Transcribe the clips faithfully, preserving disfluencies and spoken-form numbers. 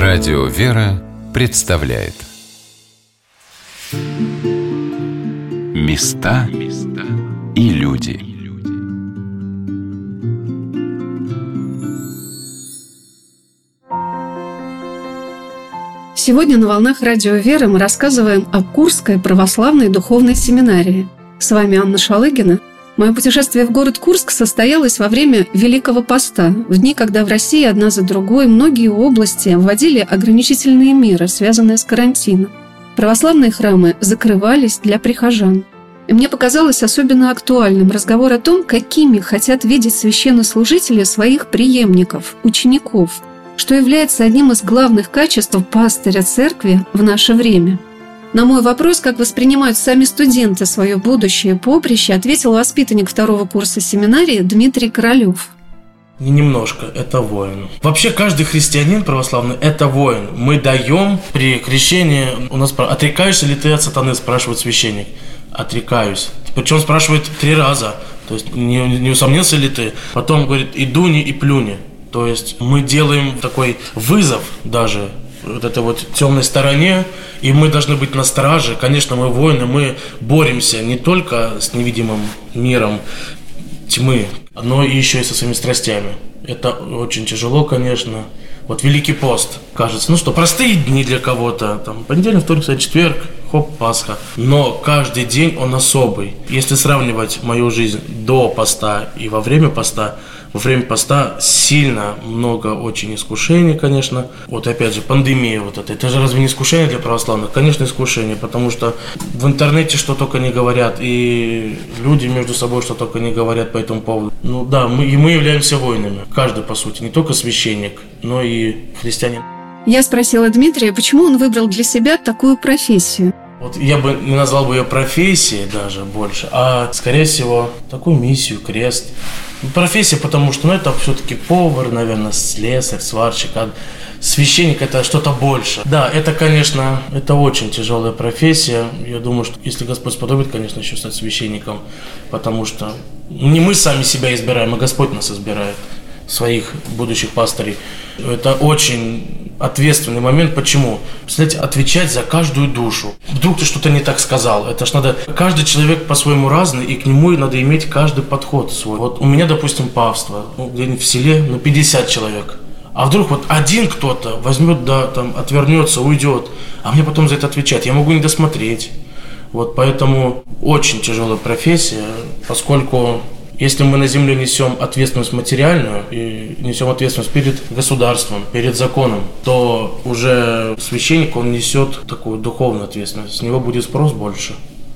Радио «Вера» представляет Места и люди. Сегодня на волнах Радио «Вера» мы рассказываем о Курской православной духовной семинарии. С вами Анна Шалыгина. Мое путешествие в город Курск состоялось во время Великого Поста, в дни, когда в России одна за другой многие области вводили ограничительные меры, связанные с карантином. Православные храмы закрывались для прихожан. И мне показалось особенно актуальным разговор о том, какими хотят видеть священнослужители своих преемников, учеников, что является одним из главных качеств пастыря церкви в наше время. На мой вопрос, как воспринимают сами студенты свое будущее поприще, ответил воспитанник второго курса семинарии Дмитрий Королев. Не немножко, это воин. Вообще каждый христианин православный – это воин. Мы даем при крещении, у нас отрекаешься ли ты от сатаны, спрашивает священник. Отрекаюсь. Причем спрашивает три раза. То есть не, не усомнился ли ты? Потом говорит, и дуни, и плюни. То есть мы делаем такой вызов даже вот этой вот темной стороне, и мы должны быть на страже. Конечно, мы воины, мы боремся не только с невидимым миром тьмы, но и еще и со своими страстями. Это очень тяжело, конечно. Вот Великий пост, кажется, ну что, простые дни для кого-то, там, понедельник, вторник, среда, четверг, хоп, Пасха. Но каждый день он особый. Если сравнивать мою жизнь до поста и во время поста, во время поста сильно много очень искушений, конечно. Вот опять же, пандемия вот эта. Это же разве не искушение для православных? Конечно, искушение, потому что в интернете что только не говорят, и люди между собой что только не говорят по этому поводу. Ну да, мы, и мы являемся воинами. Каждый, по сути, не только священник, но и христианин. Я спросила Дмитрия, почему он выбрал для себя такую профессию. Вот я бы не назвал бы ее профессией даже больше, а, скорее всего, такую миссию, крест. Профессия, потому что, ну, это все-таки повар, наверное, слесарь, сварщик, а священник – это что-то больше. Да, это, конечно, это очень тяжелая профессия. Я думаю, что если Господь сподобит, конечно, еще стать священником, потому что не мы сами себя избираем, а Господь нас избирает, своих будущих пастырей. Это очень ответственный момент. Почему? Представляете, отвечать за каждую душу. Вдруг ты что-то не так сказал. Это ж надо... Каждый человек по-своему разный, и к нему надо иметь каждый подход свой. Вот у меня, допустим, паство. Ну, где-нибудь в селе, ну, пятьдесят человек. А вдруг вот один кто-то возьмет, да, там, отвернется, уйдет, а мне потом за это отвечать. Я могу не досмотреть. Вот поэтому очень тяжелая профессия, поскольку... Если мы на земле несем ответственность материальную и несем ответственность перед государством, перед законом, то уже священник, он несет такую духовную ответственность. С него будет спрос больше.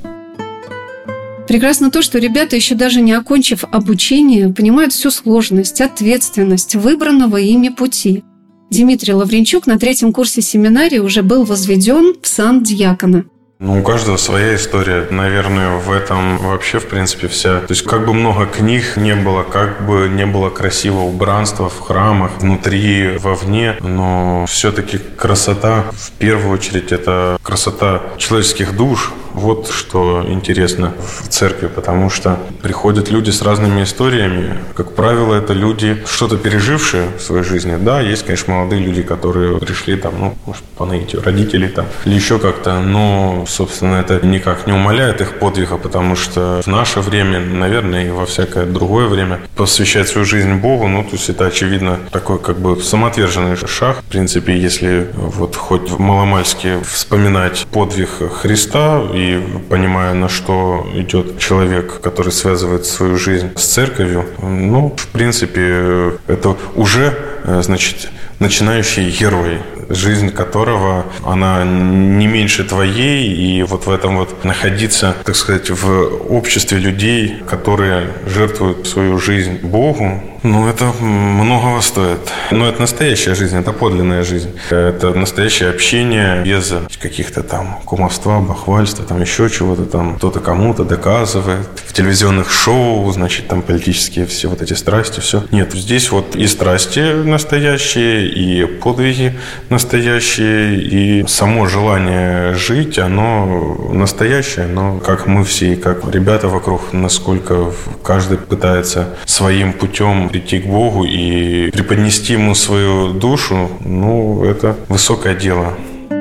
Прекрасно то, что ребята, еще даже не окончив обучение, понимают всю сложность, ответственность выбранного ими пути. Дмитрий Лавренчук на третьем курсе семинарии уже был возведен в сан диакона. Ну, у каждого своя история. Наверное, в этом вообще, в принципе, вся. То есть, как бы много книг не было, как бы не было красивого убранства в храмах, внутри, вовне, но все-таки красота, в первую очередь, это красота человеческих душ. Вот что интересно в церкви, потому что приходят люди с разными историями. Как правило, это люди, что-то пережившие в своей жизни. Да, есть, конечно, молодые люди, которые пришли там, ну, может, по наитию родителей там, или еще как-то, но, собственно, это никак не умаляет их подвига, потому что в наше время, наверное, и во всякое другое время посвящать свою жизнь Богу, ну, то есть это, очевидно, такой как бы самоотверженный шаг. В принципе, если вот хоть маломальски вспоминать подвиг Христа и понимая, на что идет человек, который связывает свою жизнь с церковью, ну, в принципе, это уже, значит, начинающий герой, жизнь которого, она не меньше твоей, и вот в этом вот находиться, так сказать, в обществе людей, которые жертвуют свою жизнь Богу, ну, это многого стоит. Но это настоящая жизнь, это подлинная жизнь. Это настоящее общение без каких-то там кумовства, бахвальства, там еще чего-то там. Кто-то кому-то доказывает. В телевизионных шоу, значит, там политические все вот эти страсти, все. Нет, здесь вот и страсти настоящие, и подвиги настоящие, и само желание жить, оно настоящее, но как мы все, как ребята вокруг, насколько каждый пытается своим путем человеком прийти к Богу и преподнести ему свою душу, ну, это высокое дело.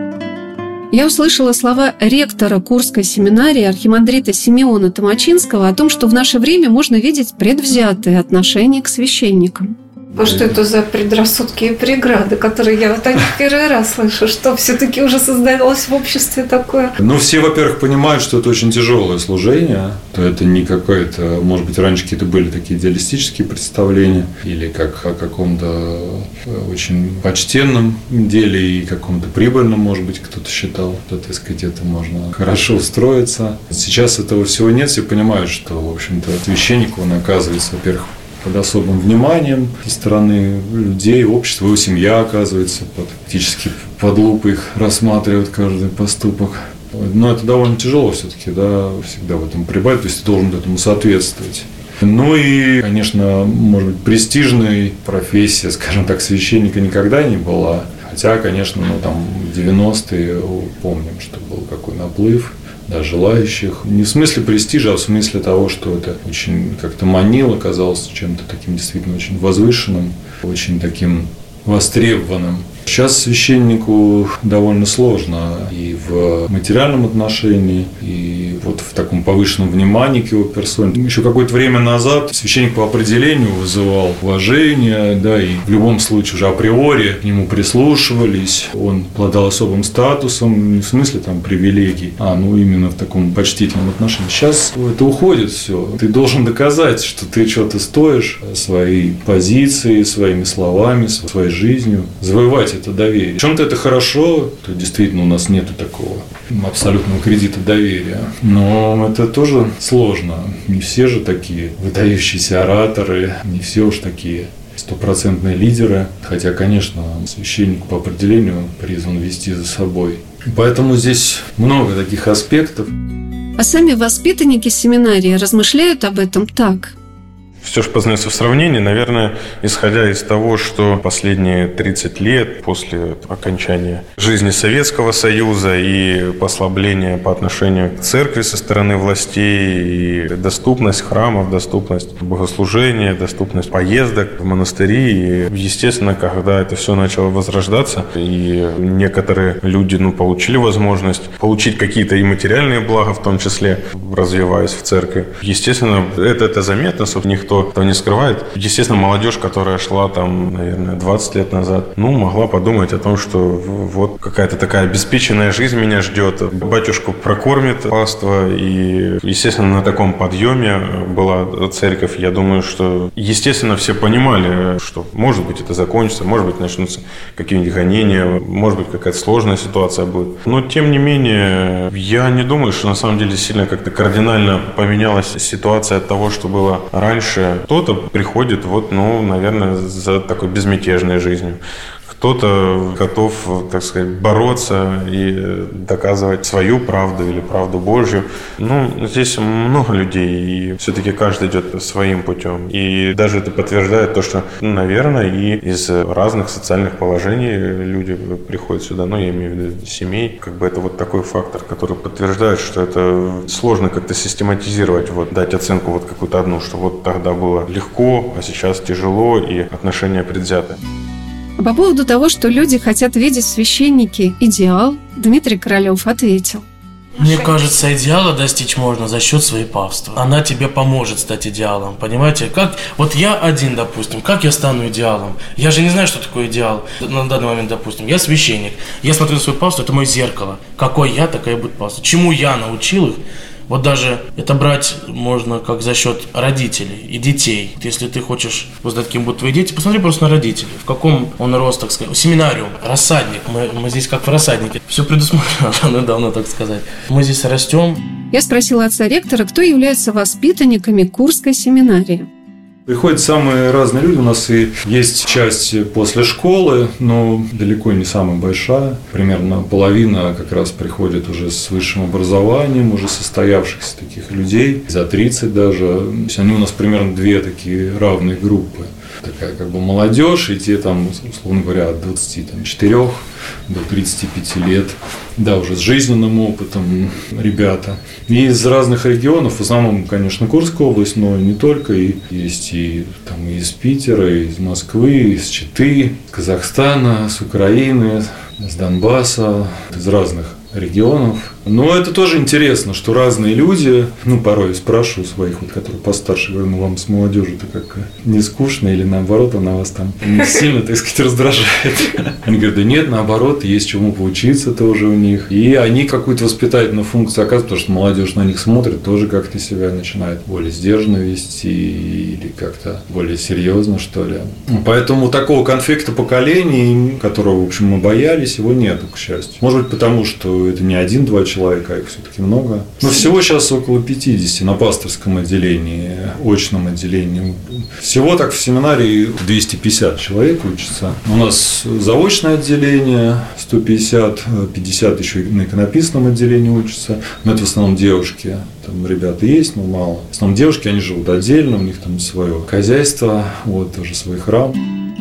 Я услышала слова ректора Курской семинарии архимандрита Симеона Томачинского о том, что в наше время можно видеть предвзятые отношения к священникам. А что это за предрассудки и преграды, которые я вот так первый раз слышу, что все-таки уже создалось в обществе такое? Ну, все, во-первых, понимают, что это очень тяжелое служение, то это не какое-то, может быть, раньше какие-то были такие идеалистические представления, или как о каком-то очень почтенном деле и каком-то прибыльном, может быть, кто-то считал, что, так сказать, это можно хорошо устроиться. Сейчас этого всего нет, все понимают, что, в общем-то, священник, он оказывается, во-первых, под особым вниманием со стороны людей, общества, его семья оказывается под, фактически под лупой их рассматривают каждый поступок. Но это довольно тяжело все-таки, да, всегда в этом прибавить, то есть ты должен этому соответствовать. Ну и, конечно, может быть, престижной профессия, скажем так, священника никогда не была. Хотя, конечно, ну, там в девяностые помним, что был какой наплыв. Да, желающих. Не в смысле престижа, а в смысле того, что это очень как-то манило, казалось чем-то таким действительно очень возвышенным, очень таким востребованным. Сейчас священнику довольно сложно и в материальном отношении, и вот в таком повышенном внимании к его персоне. Еще какое-то время назад священник по определению вызывал уважение, да, и в любом случае уже априори к нему прислушивались. Он обладал особым статусом, не в смысле там привилегий, а ну именно в таком почтительном отношении. Сейчас это уходит все. Ты должен доказать, что ты что-то стоишь своей позицией, своими словами, своей жизнью, завоевать это доверие. В чем-то это хорошо, то действительно у нас нету такого абсолютного кредита доверия. Но это тоже сложно. Не все же такие выдающиеся ораторы, не все уж такие стопроцентные лидеры. Хотя, конечно, священник по определению призван вести за собой. Поэтому здесь много таких аспектов. А сами воспитанники семинарии размышляют об этом так. Все же познается в сравнении, наверное, исходя из того, что последние тридцать лет после окончания жизни Советского Союза и послабления по отношению к церкви со стороны властей, и доступность храмов, доступность богослужения, доступность поездок в монастыри. И, естественно, когда это все начало возрождаться, и некоторые люди ну, получили возможность получить какие-то и материальные блага, в том числе развиваясь в церкви, естественно, это, это заметно, собственно, никто кто не скрывает. Естественно, молодежь, которая шла там, наверное, двадцать лет назад, ну, могла подумать о том, что вот какая-то такая обеспеченная жизнь меня ждет. Батюшку прокормит паства. И, естественно, на таком подъеме была церковь. Я думаю, что, естественно, все понимали, что, может быть, это закончится, может быть, начнутся какие-нибудь гонения, может быть, какая-то сложная ситуация будет. Но, тем не менее, я не думаю, что на самом деле сильно как-то кардинально поменялась ситуация от того, что было раньше. Кто-то приходит, вот, ну, наверное, за такой безмятежной жизнью. Кто-то готов, так сказать, бороться и доказывать свою правду или правду Божью. Ну, здесь много людей, и все-таки каждый идет своим путем. И даже это подтверждает то, что, ну, наверное, и из разных социальных положений люди приходят сюда. Ну, я имею в виду семей. Как бы это вот такой фактор, который подтверждает, что это сложно как-то систематизировать, вот, дать оценку вот какую-то одну, что вот тогда было легко, а сейчас тяжело, и отношения предвзяты. По поводу того, что люди хотят видеть в священнике идеал, Дмитрий Королёв ответил. Мне кажется, идеала достичь можно за счет своепавства. Она тебе поможет стать идеалом, понимаете? Как, вот я один, допустим, как я стану идеалом? Я же не знаю, что такое идеал. На данный момент, допустим, я священник. Я смотрю на своепавство, это мое зеркало. Какой я, такая будет паства. Чему я научил их? Вот даже это брать можно как за счет родителей и детей. Если ты хочешь узнать, кем будут твои дети, посмотри просто на родителей. В каком он рост, так сказать. Семинариум, рассадник. Мы, мы здесь как в рассаднике. Все предусмотрено недавно, так сказать. Мы здесь растем. Я спросила отца ректора, кто является воспитанниками Курской семинарии. Приходят самые разные люди. У нас и есть часть после школы, но далеко не самая большая. Примерно половина как раз приходит уже с высшим образованием, уже состоявшихся таких людей, за тридцать даже. То есть они у нас примерно две такие равные группы. такая как бы молодежь, и те там, условно говоря, от двадцати четырёх до тридцати пяти лет, да, уже с жизненным опытом ребята. И из разных регионов, в основном, конечно, Курская область, но не только, и есть и там и из Питера, и из Москвы, из Читы, из Казахстана, с Украины, с Донбасса, из разных регионов. Но это тоже интересно, что разные люди, ну, порой спрашиваю своих, вот, которые постарше, говорю, ну, вам с молодежью-то как не скучно, или наоборот, она вас там не сильно, так сказать, раздражает. Они говорят, да нет, наоборот, есть чему поучиться тоже у них. И они какую-то воспитательную функцию оказывают, потому что молодежь на них смотрит, тоже как-то себя начинает более сдержанно вести или как-то более серьезно, что ли. Поэтому такого конфликта поколений, которого, в общем, мы боялись, его нету, к счастью. Может быть, потому что это не один-два человека, человека, их все-таки много. Но всего сейчас около пятидесяти на пасторском отделении, очном отделении. Всего так в семинарии двести пятьдесят человек учатся. У нас заочное отделение сто пятьдесят, пятьдесят еще на иконописном отделении учатся. Но это в основном девушки. Там ребята есть, но мало. В основном девушки, они живут отдельно, у них там свое хозяйство, вот тоже свой храм.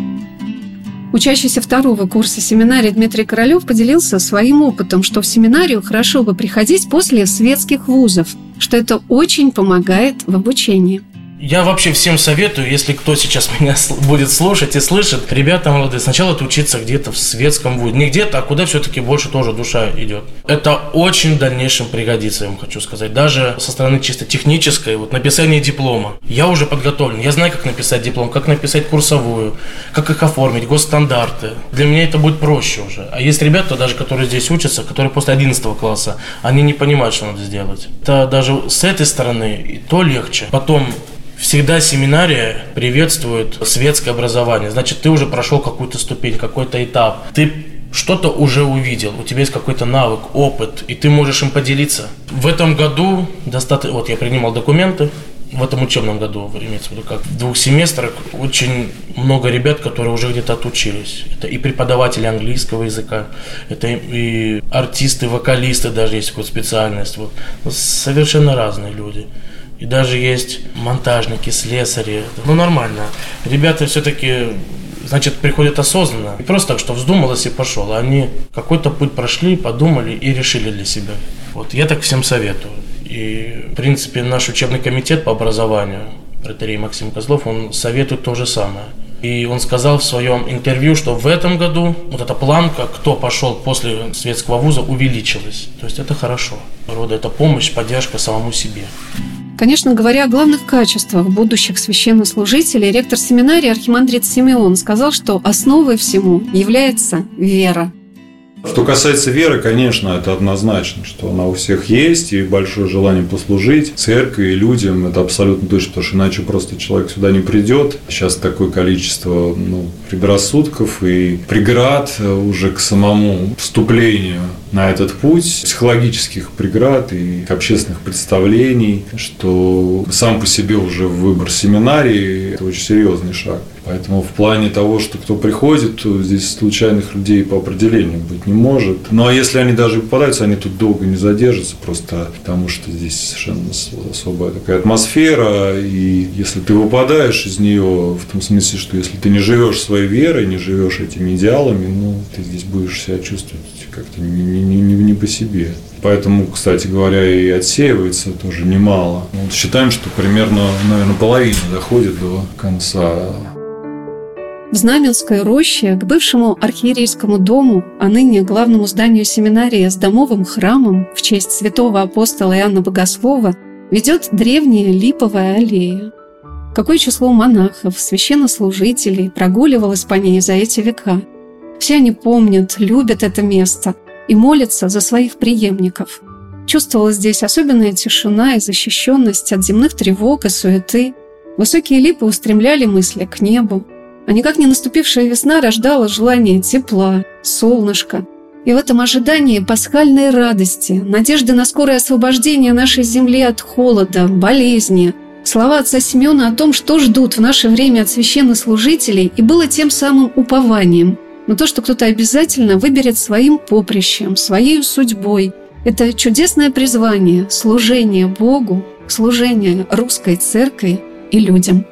Учащийся второго курса семинарии Дмитрий Королёв поделился своим опытом, что в семинарию хорошо бы приходить после светских вузов, что это очень помогает в обучении. Я вообще всем советую, если кто сейчас меня будет слушать и слышит, ребята молодые, сначала учиться где-то в светском вузе. Не где-то, а куда все-таки больше тоже душа идет. Это очень в дальнейшем пригодится, я вам хочу сказать. Даже со стороны чисто технической, вот написание диплома. Я уже подготовлен, я знаю, как написать диплом, как написать курсовую, как их оформить, госстандарты. Для меня это будет проще уже. А есть ребята, даже которые здесь учатся, которые после одиннадцатого класса, они не понимают, что надо сделать. Это даже с этой стороны и то легче. Потом... Всегда семинария приветствует светское образование. Значит, ты уже прошел какую-то ступень, какой-то этап. Ты что-то уже увидел, у тебя есть какой-то навык, опыт, и ты можешь им поделиться. В этом году достаточно... Вот я принимал документы. В этом учебном году, имеется в виду, как в двух семестрах, очень много ребят, которые уже где-то отучились. Это и преподаватели английского языка, это и артисты, вокалисты, даже есть какая-то специальность. Вот. Совершенно разные люди. И даже есть монтажники, слесари. Ну, нормально. Ребята все-таки, значит, приходят осознанно. Не просто так, что вздумалось и пошел. Они какой-то путь прошли, подумали и решили для себя. Вот. Я так всем советую. И, в принципе, наш учебный комитет по образованию, протоиерей Максим Козлов, он советует то же самое. И он сказал в своем интервью, что в этом году вот эта планка, кто пошел после светского вуза, увеличилась. То есть это хорошо. Рода это помощь, поддержка самому себе. Конечно, говоря о главных качествах будущих священнослужителей, ректор семинарии архимандрит Симеон сказал, что основой всему является вера. Что касается веры, конечно, это однозначно, что она у всех есть, и большое желание послужить церкви и людям, это абсолютно точно, потому что иначе просто человек сюда не придет. Сейчас такое количество ну, предрассудков и преград уже к самому вступлению на этот путь, психологических преград и общественных представлений, что сам по себе уже выбор семинарии – это очень серьезный шаг. Поэтому в плане того, что кто приходит, то здесь случайных людей по определению быть не может. Ну а если они даже попадаются, они тут долго не задержатся, просто потому что здесь совершенно особая такая атмосфера. И если ты выпадаешь из нее, в том смысле, что если ты не живешь своей верой, не живешь этими идеалами, ну ты здесь будешь себя чувствовать как-то не, не, не, не по себе. Поэтому, кстати говоря, и отсеивается тоже немало. Вот считаем, что примерно, наверное, половина доходит до конца. В Знаменской роще к бывшему архиерейскому дому, а ныне главному зданию семинарии с домовым храмом в честь святого апостола Иоанна Богослова ведет древняя липовая аллея. Какое число монахов, священнослужителей прогуливалось по ней за эти века. Все они помнят, любят это место и молятся за своих преемников. Чувствовалась здесь особенная тишина и защищенность от земных тревог и суеты. Высокие липы устремляли мысли к небу. А никак не наступившая весна рождала желание тепла, солнышка. И в этом ожидании пасхальной радости, надежды на скорое освобождение нашей земли от холода, болезни, слова отца Симеона о том, что ждут в наше время от священнослужителей, и было тем самым упованием на то, что кто-то обязательно выберет своим поприщем, своей судьбой. Это чудесное призвание, служение Богу, служение русской церкви и людям.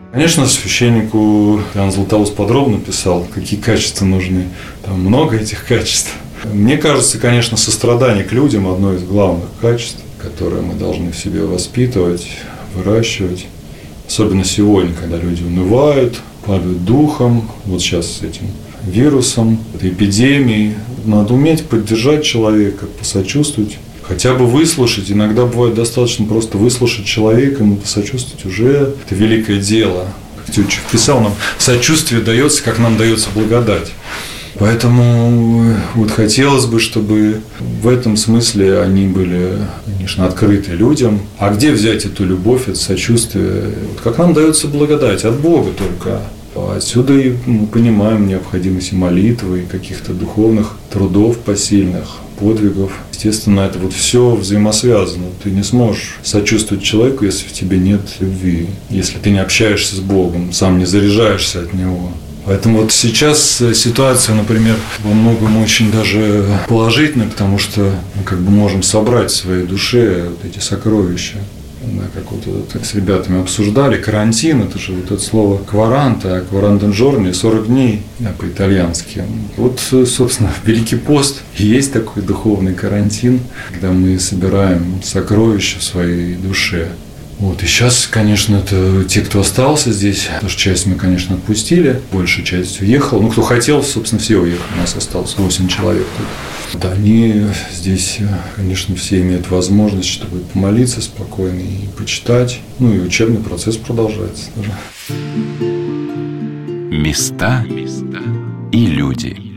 Конечно, священнику Иоанн Златоуст подробно писал, какие качества нужны. Там много этих качеств. Мне кажется, конечно, сострадание к людям – одно из главных качеств, которое мы должны в себе воспитывать, выращивать. Особенно сегодня, когда люди унывают, падают духом. Вот сейчас с этим вирусом, этой эпидемией. Надо уметь поддержать человека, посочувствовать. Хотя бы выслушать. Иногда бывает достаточно просто выслушать человека, ему посочувствовать уже. Это великое дело. Как Тютчев писал нам, сочувствие дается, как нам дается благодать. Поэтому вот хотелось бы, чтобы в этом смысле они были, конечно, открыты людям. А где взять эту любовь, это сочувствие? Вот как нам дается благодать? От Бога только. Отсюда и мы понимаем необходимость и молитвы, и каких-то духовных трудов посильных, подвигов. Естественно, это вот все взаимосвязано. Ты не сможешь сочувствовать человеку, если в тебе нет любви, если ты не общаешься с Богом, сам не заряжаешься от Него. Поэтому вот сейчас ситуация, например, во многом очень даже положительная, потому что мы как бы можем собрать в своей душе вот эти сокровища. Да, как вот так с ребятами обсуждали, карантин, это же вот это слово кваранта, кварантенжорни, сорок дней да, по-итальянски. Вот, собственно, Великий пост и есть такой духовный карантин, когда мы собираем сокровища в своей душе. Вот, и сейчас, конечно, это те, кто остался здесь, потому что часть мы, конечно, отпустили, большая часть уехала. Ну, кто хотел, собственно, все уехали, у нас осталось восемь человек тут. Вот они здесь, конечно, все имеют возможность, чтобы помолиться спокойно и почитать. Ну, и учебный процесс продолжается тоже. Места и люди.